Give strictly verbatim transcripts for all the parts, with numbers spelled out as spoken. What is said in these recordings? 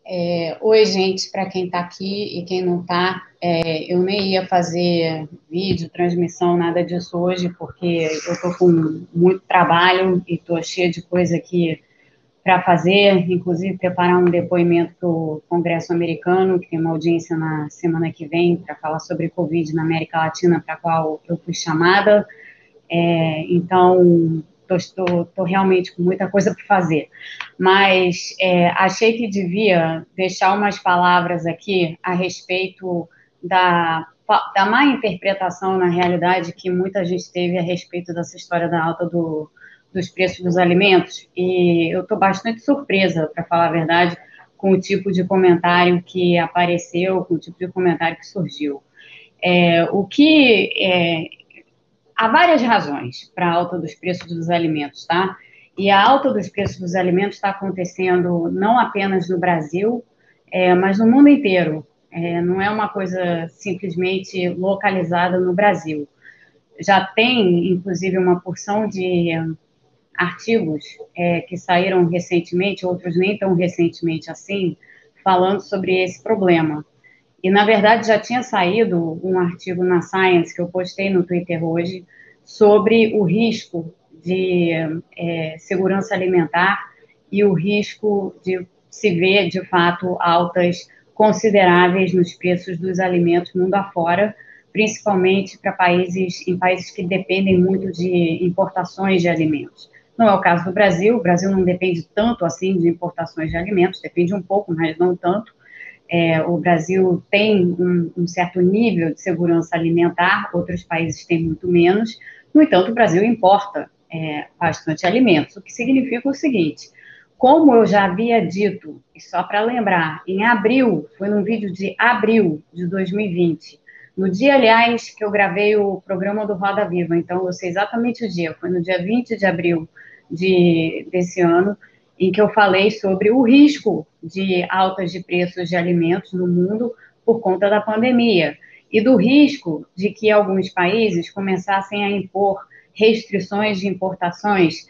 É, oi, gente, para quem está aqui e quem não está, é, eu nem ia fazer vídeo, transmissão, nada disso hoje, porque eu estou com muito trabalho e estou cheia de coisa aqui para fazer, inclusive preparar um depoimento para o Congresso americano, que tem uma audiência na semana que vem para falar sobre Covid na América Latina, para a qual eu fui chamada. É, então, estou realmente com muita coisa para fazer. Mas é, achei que devia deixar umas palavras aqui a respeito da, da má interpretação, na realidade, que muita gente teve a respeito dessa história da alta do, dos preços dos alimentos. E eu estou bastante surpresa, para falar a verdade, com o tipo de comentário que apareceu, com o tipo de comentário que surgiu. É, o que... É, Há várias razões para a alta dos preços dos alimentos, tá? E a alta dos preços dos alimentos está acontecendo não apenas no Brasil, é, mas no mundo inteiro. É, não é uma coisa simplesmente localizada no Brasil. Já tem, inclusive, uma porção de artigos é, que saíram recentemente, outros nem tão recentemente assim, falando sobre esse problema. E, na verdade, já tinha saído um artigo na Science, que eu postei no Twitter hoje, sobre o risco de é, segurança alimentar e o risco de se ver, de fato, altas consideráveis nos preços dos alimentos mundo afora, principalmente para países, em países que dependem muito de importações de alimentos. Não é o caso do Brasil, o Brasil não depende tanto assim de importações de alimentos, depende um pouco, mas não tanto. É, o Brasil tem um, um certo nível de segurança alimentar, outros países têm muito menos. No entanto, o Brasil importa é, bastante alimentos, o que significa o seguinte: como eu já havia dito, e só para lembrar, em abril, foi num vídeo de abril de dois mil e vinte, no dia, aliás, que eu gravei o programa do Roda Viva, então eu sei exatamente o dia, foi no dia vinte de abril de, desse ano, em que eu falei sobre o risco de altas de preços de alimentos no mundo por conta da pandemia e do risco de que alguns países começassem a impor restrições de importações,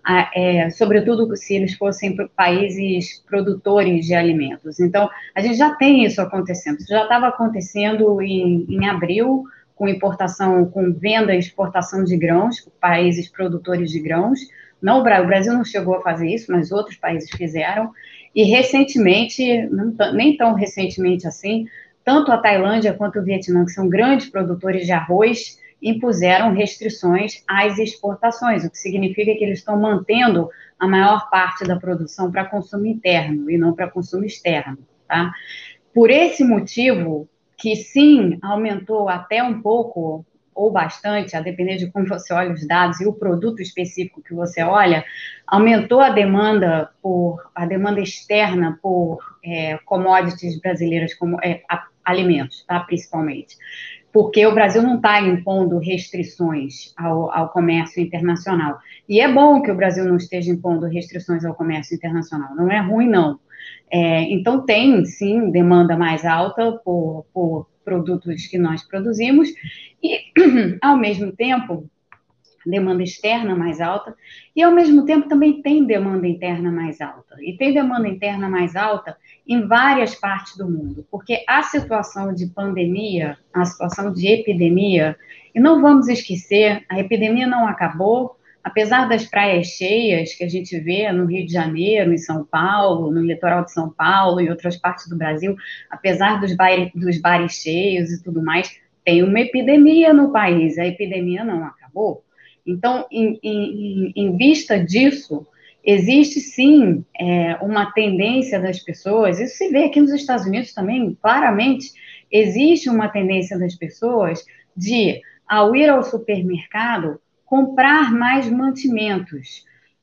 é, sobretudo se eles fossem países produtores de alimentos. Então, a gente já tem isso acontecendo. Isso já estava acontecendo em, em abril, com importação, com venda e exportação de grãos, por países produtores de grãos. Não, o Brasil não chegou a fazer isso, mas outros países fizeram. E recentemente, não, nem tão recentemente assim, tanto a Tailândia quanto o Vietnã, que são grandes produtores de arroz, impuseram restrições às exportações, o que significa que eles estão mantendo a maior parte da produção para consumo interno e não para consumo externo, tá? Por esse motivo, que sim, aumentou até um pouco ou bastante, a depender de como você olha os dados e o produto específico que você olha, aumentou a demanda por a demanda externa por é, commodities brasileiras, como é, a, alimentos, tá, principalmente, porque o Brasil não está impondo restrições ao, ao comércio internacional. E é bom que o Brasil não esteja impondo restrições ao comércio internacional, não é ruim, não. É, então, tem, sim, demanda mais alta por, por produtos que nós produzimos e, ao mesmo tempo, demanda externa mais alta e, ao mesmo tempo, também tem demanda interna mais alta. E tem demanda interna mais alta em várias partes do mundo, porque a situação de pandemia, a situação de epidemia, e não vamos esquecer, a epidemia não acabou, apesar das praias cheias que a gente vê no Rio de Janeiro, em São Paulo, no litoral de São Paulo e outras partes do Brasil, apesar dos bares, dos bares cheios e tudo mais, tem uma epidemia no país, a epidemia não acabou. Então, em, em, em vista disso, existe sim é, uma tendência das pessoas, isso se vê aqui nos Estados Unidos também, claramente, existe uma tendência das pessoas de, ao ir ao supermercado, comprar mais mantimentos.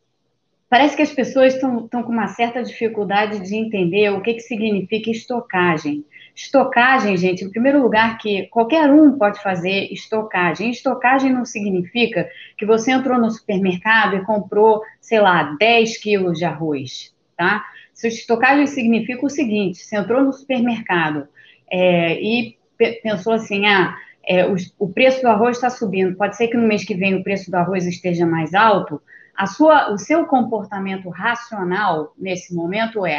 Parece que as pessoas estão, estão com uma certa dificuldade de entender o que, que significa estocagem. Estocagem, gente, em primeiro lugar, que qualquer um pode fazer estocagem. Estocagem não significa que você entrou no supermercado e comprou, sei lá, dez quilos de arroz, tá? Estocagem significa o seguinte: você entrou no supermercado é, e pensou assim, ah, é, o, o preço do arroz está subindo, pode ser que no mês que vem o preço do arroz esteja mais alto. A sua, o seu comportamento racional nesse momento é: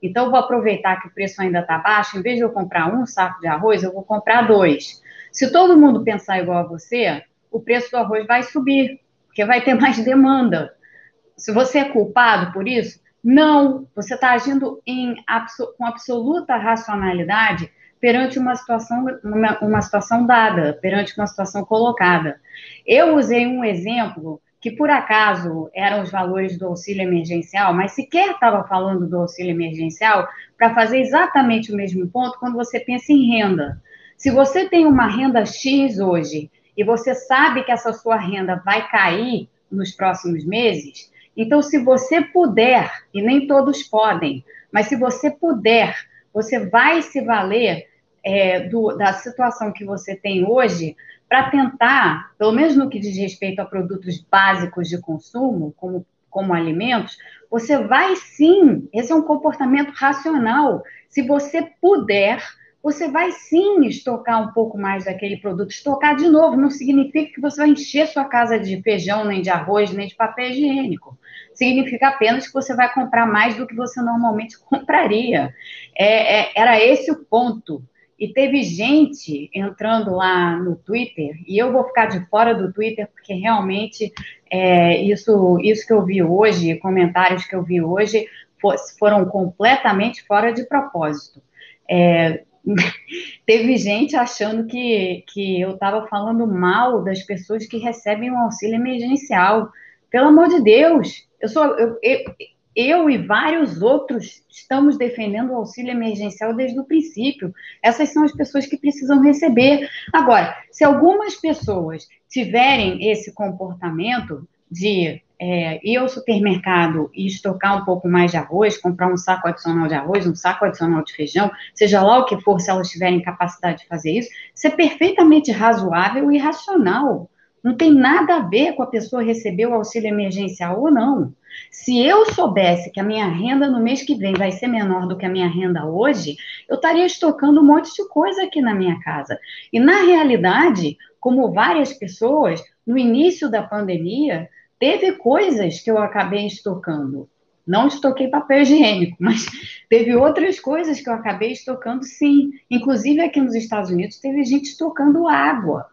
Então, eu vou aproveitar que o preço ainda está baixo, em vez de eu comprar um saco de arroz, eu vou comprar dois. Se todo mundo pensar igual a você, o preço do arroz vai subir, porque vai ter mais demanda. Se você é culpado por isso, não. Você está agindo em, com absoluta racionalidade perante uma situação, uma, uma situação dada, perante uma situação colocada. Eu usei um exemplo que, por acaso, eram os valores do auxílio emergencial, mas sequer estava falando do auxílio emergencial para fazer exatamente o mesmo ponto quando você pensa em renda. Se você tem uma renda X hoje e você sabe que essa sua renda vai cair nos próximos meses, então, se você puder, e nem todos podem, mas se você puder, você vai se valer é, do, da situação que você tem hoje para tentar, pelo menos no que diz respeito a produtos básicos de consumo, como, como alimentos, você vai sim, esse é um comportamento racional. Se você puder, você vai sim estocar um pouco mais daquele produto. Estocar, de novo, não significa que você vai encher sua casa de feijão, nem de arroz, nem de papel higiênico. Significa apenas que você vai comprar mais do que você normalmente compraria. É, é, era esse o ponto. E teve gente entrando lá no Twitter, e eu vou ficar de fora do Twitter, porque realmente é, isso, isso que eu vi hoje, comentários que eu vi hoje, for, foram completamente fora de propósito. É, teve gente achando que, que eu estava falando mal das pessoas que recebem um auxílio emergencial. Pelo amor de Deus, eu, sou, eu, eu, eu e vários outros estamos defendendo o auxílio emergencial desde o princípio. Essas são as pessoas que precisam receber. Agora, se algumas pessoas tiverem esse comportamento de é, ir ao supermercado e estocar um pouco mais de arroz, comprar um saco adicional de arroz, um saco adicional de feijão, seja lá o que for, se elas tiverem capacidade de fazer isso, isso é perfeitamente razoável e racional. Não tem nada a ver com a pessoa receber o auxílio emergencial ou não. Se eu soubesse que a minha renda no mês que vem vai ser menor do que a minha renda hoje, eu estaria estocando um monte de coisa aqui na minha casa. E, na realidade, como várias pessoas, no início da pandemia, teve coisas que eu acabei estocando. Não estoquei papel higiênico, mas teve outras coisas que eu acabei estocando, sim. Inclusive, aqui nos Estados Unidos, teve gente estocando água.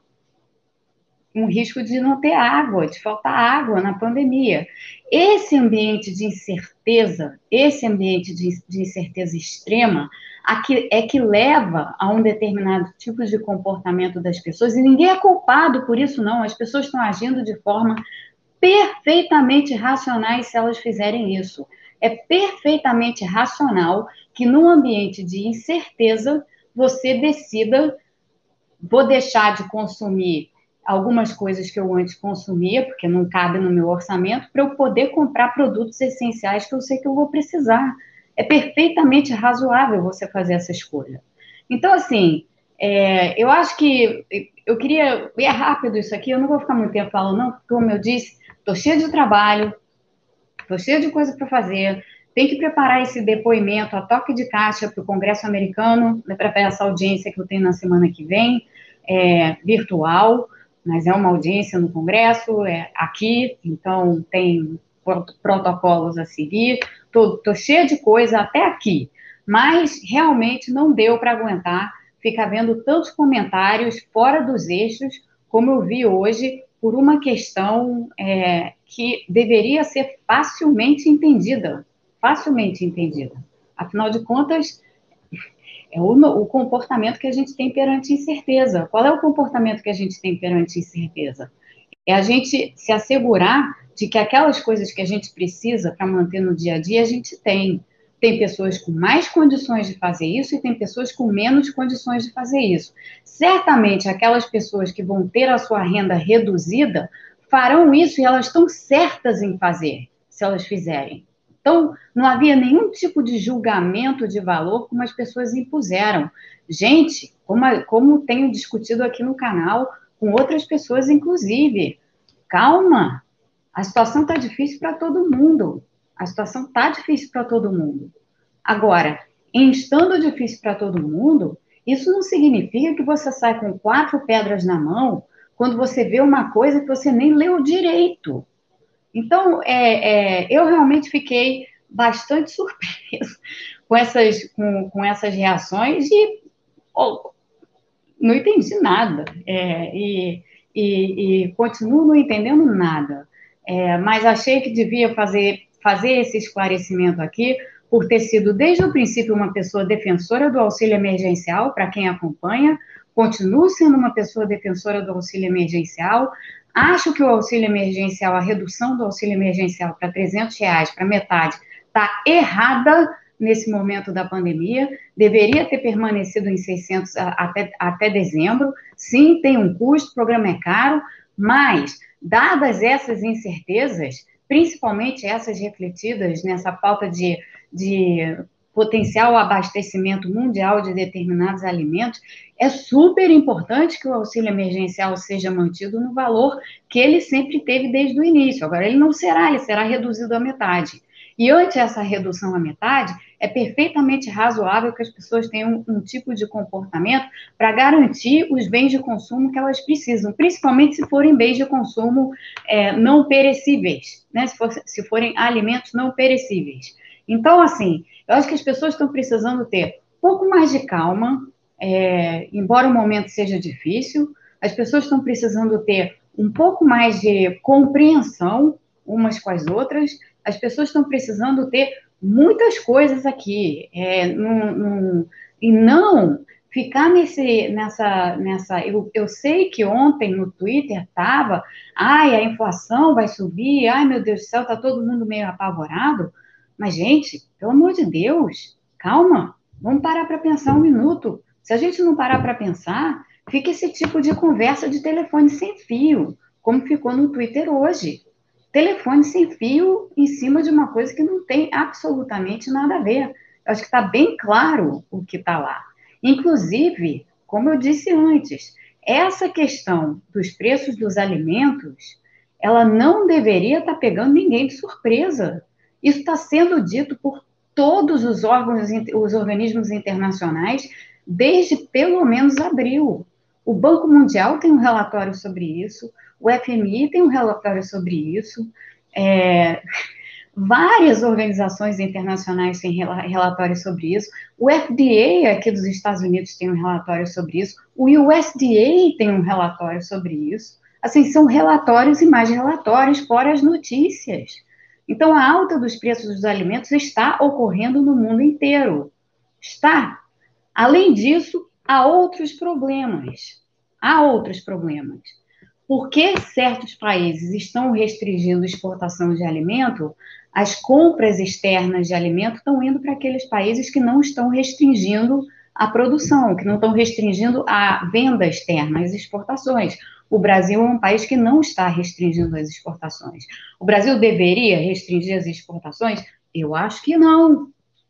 Um risco de não ter água, de faltar água na pandemia. Esse ambiente de incerteza, esse ambiente de, de incerteza extrema, aqui, é que leva a um determinado tipo de comportamento das pessoas, e ninguém é culpado por isso, não. As pessoas estão agindo de forma perfeitamente racionais se elas fizerem isso. É perfeitamente racional que num ambiente de incerteza, você decida, vou deixar de consumir algumas coisas que eu antes consumia, porque não cabe no meu orçamento, para eu poder comprar produtos essenciais que eu sei que eu vou precisar. É perfeitamente razoável você fazer essa escolha. Então, assim, é, eu acho que eu queria... É rápido isso aqui, eu não vou ficar muito tempo falando, não, porque, como eu disse, estou cheia de trabalho, estou cheia de coisa para fazer, tem que preparar esse depoimento a toque de caixa para o Congresso americano, para essa audiência que eu tenho na semana que vem, é, virtual, mas é uma audiência no Congresso, é aqui, então tem protocolos a seguir, estou cheia de coisa até aqui, mas realmente não deu para aguentar ficar vendo tantos comentários fora dos eixos, como eu vi hoje, por uma questão é, que deveria ser facilmente entendida, facilmente entendida. Afinal de contas, é o, o comportamento que a gente tem perante incerteza. Qual é o comportamento que a gente tem perante incerteza? É a gente se assegurar de que aquelas coisas que a gente precisa para manter no dia a dia, a gente tem. Tem pessoas com mais condições de fazer isso e tem pessoas com menos condições de fazer isso. Certamente, aquelas pessoas que vão ter a sua renda reduzida farão isso e elas estão certas em fazer, se elas fizerem. Então, não havia nenhum tipo de julgamento de valor como as pessoas impuseram. Gente, como, como tenho discutido aqui no canal, com outras pessoas, inclusive, calma, a situação está difícil para todo mundo. A situação está difícil para todo mundo. Agora, em estando difícil para todo mundo, isso não significa que você sai com quatro pedras na mão quando você vê uma coisa que você nem leu direito. Então, é, é, eu realmente fiquei bastante surpresa com, essas, com, com essas reações e oh, não entendi nada. É, e, e, e continuo não entendendo nada. É, mas achei que devia fazer, fazer esse esclarecimento aqui, por ter sido, desde o princípio, uma pessoa defensora do auxílio emergencial, para quem acompanha, continuo sendo uma pessoa defensora do auxílio emergencial, acho que o auxílio emergencial, a redução do auxílio emergencial para trezentos reais, para metade, está errada nesse momento da pandemia, deveria ter permanecido em seiscentos até, até dezembro, sim, tem um custo, o programa é caro, mas, dadas essas incertezas, principalmente essas refletidas nessa falta de, de potencial abastecimento mundial de determinados alimentos, é super importante que o auxílio emergencial seja mantido no valor que ele sempre teve desde o início. Agora, ele não será, ele será reduzido à metade. E ante essa redução à metade, é perfeitamente razoável que as pessoas tenham um, um tipo de comportamento para garantir os bens de consumo que elas precisam, principalmente se forem bens de consumo é, não perecíveis, né? Se, for, se forem alimentos não perecíveis. Então, assim, eu acho que as pessoas estão precisando ter um pouco mais de calma, é, embora o momento seja difícil, as pessoas estão precisando ter um pouco mais de compreensão umas com as outras, as pessoas estão precisando ter muitas coisas aqui, é, num, num, e não ficar nesse, nessa, nessa eu, eu sei que ontem no Twitter estava, ai, a inflação vai subir, ai, meu Deus do céu, está todo mundo meio apavorado, mas, gente, pelo amor de Deus, calma, vamos parar para pensar um minuto. Se a gente não parar para pensar, fica esse tipo de conversa de telefone sem fio, como ficou no Twitter hoje. Telefone sem fio em cima de uma coisa que não tem absolutamente nada a ver. Eu acho que está bem claro o que está lá. Inclusive, como eu disse antes, essa questão dos preços dos alimentos, ela não deveria estar pegando ninguém de surpresa. Isso está sendo dito por todos os órgãos, os organismos internacionais, desde pelo menos abril. O Banco Mundial tem um relatório sobre isso, o F M I tem um relatório sobre isso, é, várias organizações internacionais têm relatórios sobre isso, o F D A aqui dos Estados Unidos tem um relatório sobre isso, o U S D A tem um relatório sobre isso. Assim, são relatórios e mais relatórios, fora as notícias. Então, a alta dos preços dos alimentos está ocorrendo no mundo inteiro. Está. Além disso, há outros problemas. Há outros problemas. Por que certos países estão restringindo a exportação de alimento, as compras externas de alimento estão indo para aqueles países que não estão restringindo a produção, que não estão restringindo a venda externa, as exportações. O Brasil é um país que não está restringindo as exportações. O Brasil deveria restringir as exportações? Eu acho que não,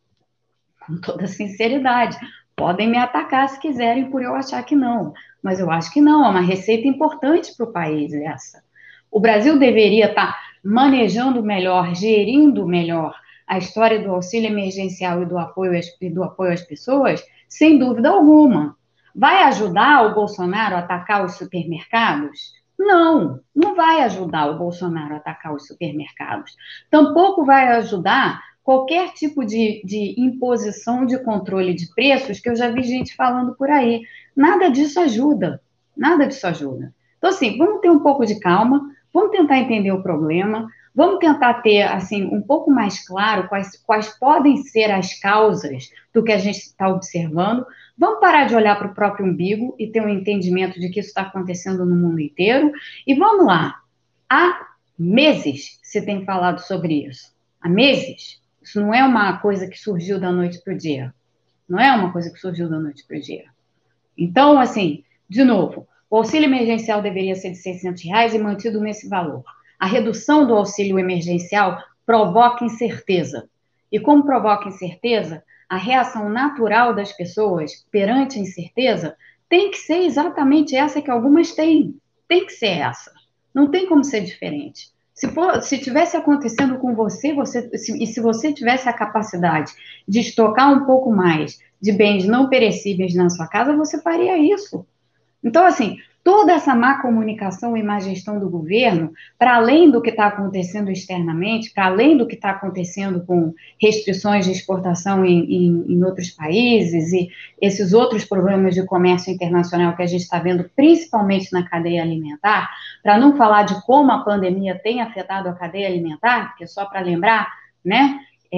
com toda sinceridade. Podem me atacar se quiserem por eu achar que não, mas eu acho que não, é uma receita importante para o país essa. O Brasil deveria estar manejando melhor, gerindo melhor a história do auxílio emergencial e do apoio às, e do apoio às pessoas, sem dúvida alguma. Vai ajudar o Bolsonaro a atacar os supermercados? Não, não vai ajudar o Bolsonaro a atacar os supermercados. Tampouco vai ajudar qualquer tipo de, de imposição de controle de preços que eu já vi gente falando por aí. Nada disso ajuda, nada disso ajuda. Então, assim, vamos ter um pouco de calma, vamos tentar entender o problema, vamos tentar ter, assim, um pouco mais claro quais, quais podem ser as causas do que a gente está observando, vamos parar de olhar para o próprio umbigo e ter um entendimento de que isso está acontecendo no mundo inteiro, e vamos lá. Há meses se tem falado sobre isso, há meses. Isso não é uma coisa que surgiu da noite para o dia. Não é uma coisa que surgiu da noite para o dia. Então, assim, de novo, o auxílio emergencial deveria ser de seiscentos reais e mantido nesse valor. A redução do auxílio emergencial provoca incerteza. E como provoca incerteza, a reação natural das pessoas perante a incerteza tem que ser exatamente essa que algumas têm. Tem que ser essa. Não tem como ser diferente. Se, for, se tivesse acontecendo com você, você se, e se você tivesse a capacidade de estocar um pouco mais de bens não perecíveis na sua casa, você faria isso. Então, assim, toda essa má comunicação e má gestão do governo, para além do que está acontecendo externamente, para além do que está acontecendo com restrições de exportação em, em, em outros países e esses outros problemas de comércio internacional que a gente está vendo, principalmente na cadeia alimentar, para não falar de como a pandemia tem afetado a cadeia alimentar, porque só para lembrar, né,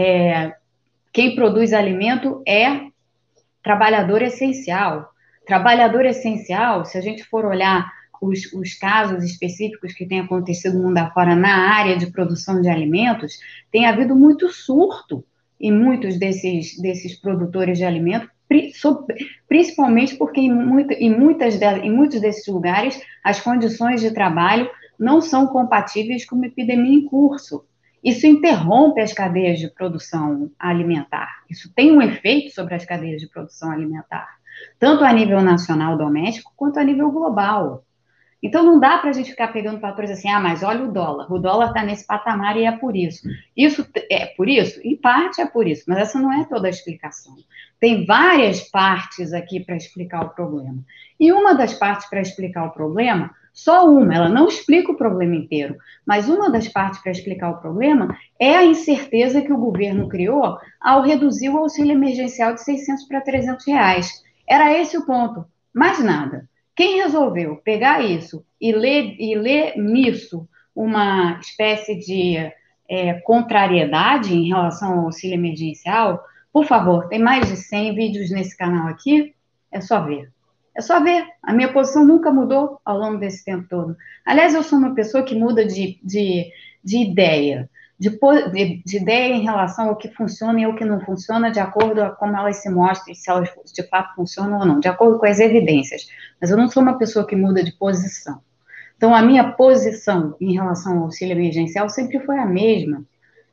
é, quem produz alimento é trabalhador essencial. Trabalhador essencial, se a gente for olhar os, os casos específicos que têm acontecido no mundo afora na área de produção de alimentos, tem havido muito surto em muitos desses, desses produtores de alimentos, principalmente porque em, muito, em, muitas de, em muitos desses lugares as condições de trabalho não são compatíveis com uma epidemia em curso. Isso interrompe as cadeias de produção alimentar. Isso tem um efeito sobre as cadeias de produção alimentar, tanto a nível nacional doméstico, quanto a nível global. Então, não dá para a gente ficar pegando fatores assim, ah, mas olha o dólar, o dólar está nesse patamar e é por isso. Isso é por isso? Em parte é por isso, mas essa não é toda a explicação. Tem várias partes aqui para explicar o problema. E uma das partes para explicar o problema, só uma, ela não explica o problema inteiro, mas uma das partes para explicar o problema é a incerteza que o governo criou ao reduzir o auxílio emergencial de seiscentos para trezentos reais. Era esse o ponto, mais nada. Quem resolveu pegar isso e ler, e ler nisso uma espécie de é, contrariedade em relação ao auxílio emergencial, por favor, tem mais de cem vídeos nesse canal aqui, é só ver. É só ver. A minha posição nunca mudou ao longo desse tempo todo. Aliás, eu sou uma pessoa que muda de, de, de ideia, de, de, de ideia em relação ao que funciona e ao que não funciona, de acordo com como elas se mostram, se elas de fato funcionam ou não, de acordo com as evidências. Mas eu não sou uma pessoa que muda de posição. Então, a minha posição em relação ao auxílio emergencial sempre foi a mesma.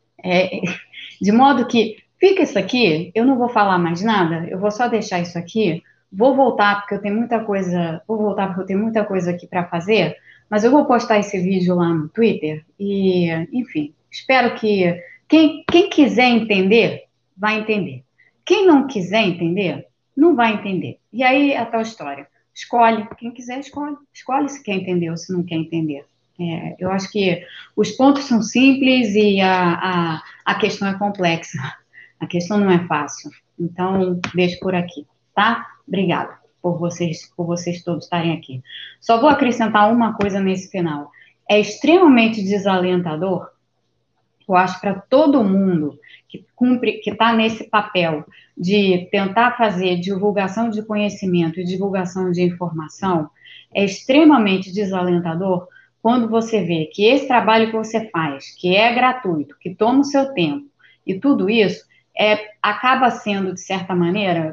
É, de modo que, fica isso aqui, eu não vou falar mais nada, eu vou só deixar isso aqui, vou voltar porque eu tenho muita coisa, vou voltar porque eu tenho muita coisa aqui para fazer, mas eu vou postar esse vídeo lá no Twitter e, enfim, espero que quem, quem quiser entender, vai entender. Quem não quiser entender, não vai entender. E aí, a tal história. Escolhe. Quem quiser, escolhe. Escolhe se quer entender ou se não quer entender. É, eu acho que os pontos são simples e a, a, a questão é complexa. A questão não é fácil. Então, deixo por aqui, tá? Obrigada por vocês, por vocês todos estarem aqui. Só vou acrescentar uma coisa nesse final. É extremamente desalentador, eu acho, para todo mundo que cumpre, que está nesse papel de tentar fazer divulgação de conhecimento e divulgação de informação, é extremamente desalentador quando você vê que esse trabalho que você faz, que é gratuito, que toma o seu tempo, e tudo isso, é, acaba sendo, de certa maneira,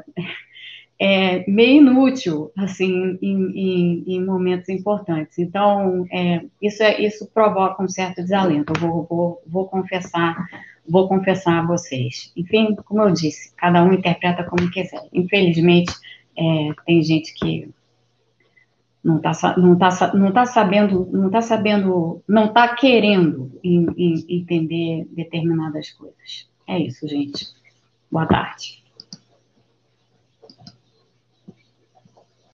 é, meio inútil, assim, em, em, em momentos importantes. Então, é, isso, é, isso provoca um certo desalento, eu vou, vou, vou confessar, vou confessar a vocês. Enfim, como eu disse, cada um interpreta como quiser. Infelizmente, é, tem gente que não está não tá, não tá sabendo, não está sabendo, não está querendo em, em, entender determinadas coisas. É isso, gente. Boa tarde.